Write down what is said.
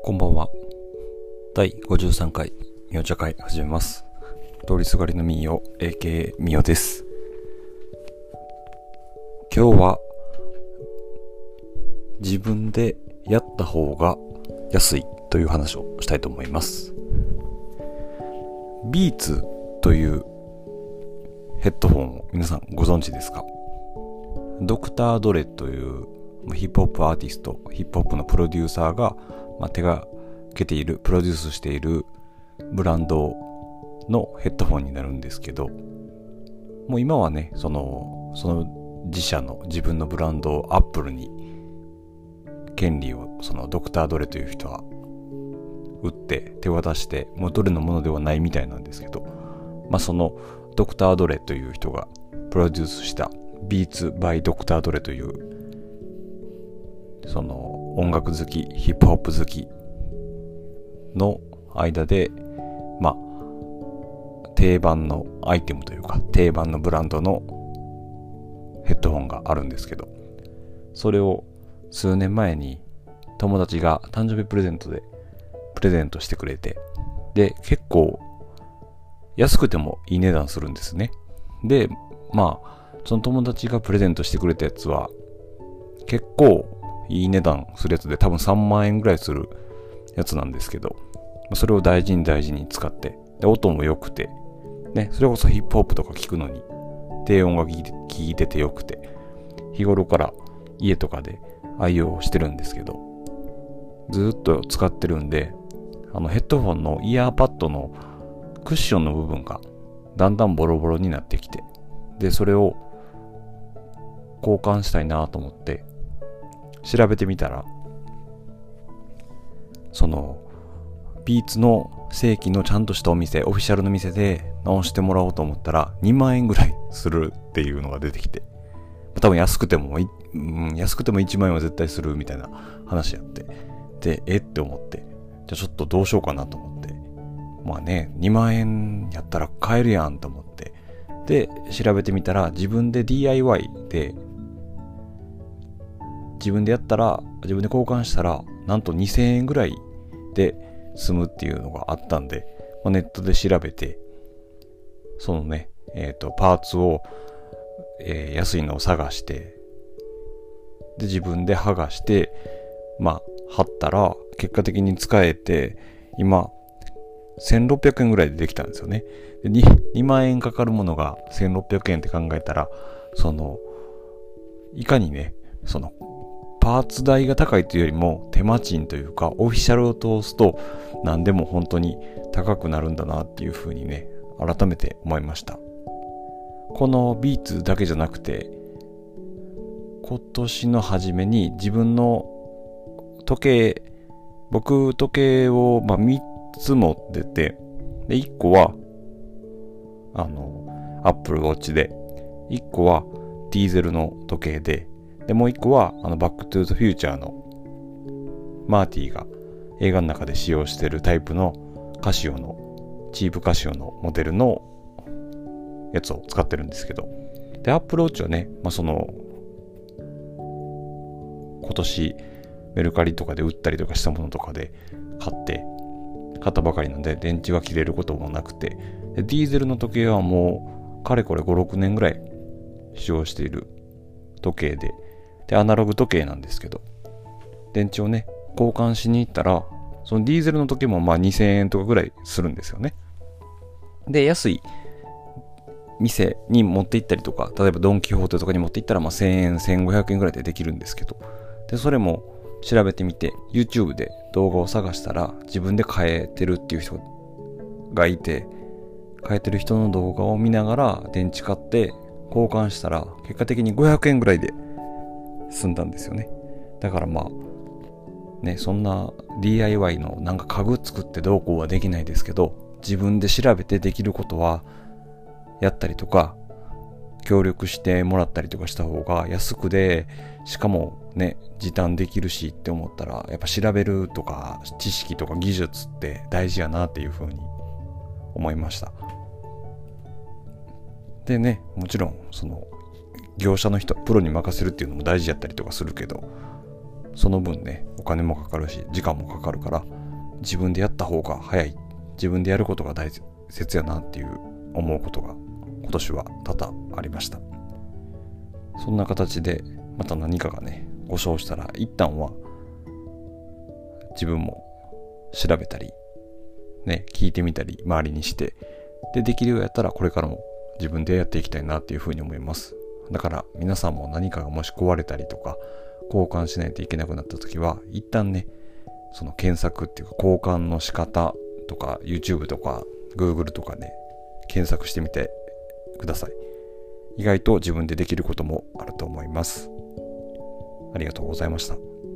こんばんは。第53回みお茶会始めます。通りすがりのみお AKA みおです。今日は自分でやった方が安いという話をしたいと思います。ビーツというヘッドホンを皆さんご存知ですか？ドクター・ドレというヒップホップアーティスト、ヒップホップのプロデューサーが手がけている、プロデュースしているブランドのヘッドホンになるんですけど、もう今はね、その自社の自分のブランドをアップルに権利をそのドクター・ドレという人は売って手渡して、もうどれのものではないみたいなんですけど、そのドクター・ドレという人がプロデュースしたビーツ・バイ・ドクター・ドレというその音楽好き、ヒップホップ好きの間で定番のアイテムというか定番のブランドのヘッドホンがあるんですけど、それを数年前に友達が誕生日プレゼントでプレゼントしてくれて、で結構安くてもいい値段するんですね。でその友達がプレゼントしてくれたやつは結構いい値段するやつで、多分3万円ぐらいするやつなんですけど、それを大事に使って、で音も良くてね、それこそヒップホップとか聞くのに低音が効いてて良くて、日頃から家とかで愛用してるんですけど、ずっと使ってるんで、ヘッドホンのイヤーパッドのクッションの部分がだんだんボロボロになってきて、でそれを交換したいなと思って調べてみたら、そのビーツの正規のちゃんとしたお店、オフィシャルの店で直してもらおうと思ったら2万円ぐらいするっていうのが出てきて、多分安くても1万円は絶対するみたいな話やって、でって思って、じゃあちょっとどうしようかなと思って、2万円やったら買えるやんと思って、で調べてみたら、自分で DIY で自分でやったら、自分で交換したらなんと2000円ぐらいで済むっていうのがあったんで、ネットで調べて、そのね、パーツを、安いのを探して、で自分で剥がして貼ったら結果的に使えて、今1600円ぐらいでできたんですよね。で 2万円かかるものが1600円って考えたら、いかにね、パーツ代が高いというよりも手間賃というか、オフィシャルを通すと何でも本当に高くなるんだなっていう風にね、改めて思いました。このビーツだけじゃなくて、今年の初めに自分の時計を3つ持ってて、で1個はApple Watch で、1個はディーゼルの時計で、もう1個はバックトゥーザフューチャーのマーティが映画の中で使用しているタイプのチープカシオのモデルのやつを使ってるんですけど、で Apple Watch はね、今年メルカリとかで売ったりとかしたものとかで買ったばかりなので、電池が切れることもなくて、でディーゼルの時計はもうかれこれ 5,6 年ぐらい使用している時計で、アナログ時計なんですけど、電池をね交換しに行ったら、そのディーゼルの時計も2000円とかぐらいするんですよね。で安い店に持って行ったりとか、例えばドン・キホーテとかに持って行ったら1000円1500円ぐらいでできるんですけど、でそれも調べてみて YouTube で動画を探したら、自分で変えてるっていう人がいて、変えてる人の動画を見ながら電池買って交換したら、結果的に500円ぐらいで済んだんですよね。だからそんな DIY のなんか家具作ってどうこうはできないですけど、自分で調べてできることはやったりとか、協力してもらったりとかした方が安くで、しかもね時短できるしって思ったら、やっぱ調べるとか知識とか技術って大事やなっていうふうに思いました。でね、もちろんその業者の人、プロに任せるっていうのも大事やったりとかするけど、 その分ね、お金もかかるし時間もかかるから、自分でやった方が早い、自分でやることが大切やなっていう思うことが今年は多々ありました。そんな形でまた何かがね故障したら、一旦は自分も調べたりね、聞いてみたり周りにして、でできるようやったらこれからも自分でやっていきたいなっていうふうに思います。だから皆さんも何かがもし壊れたりとか交換しないといけなくなった時は、一旦ね、その検索っていうか交換の仕方とか YouTube とか Google とかね、検索してみてください。意外と自分でできることもあると思います。ありがとうございました。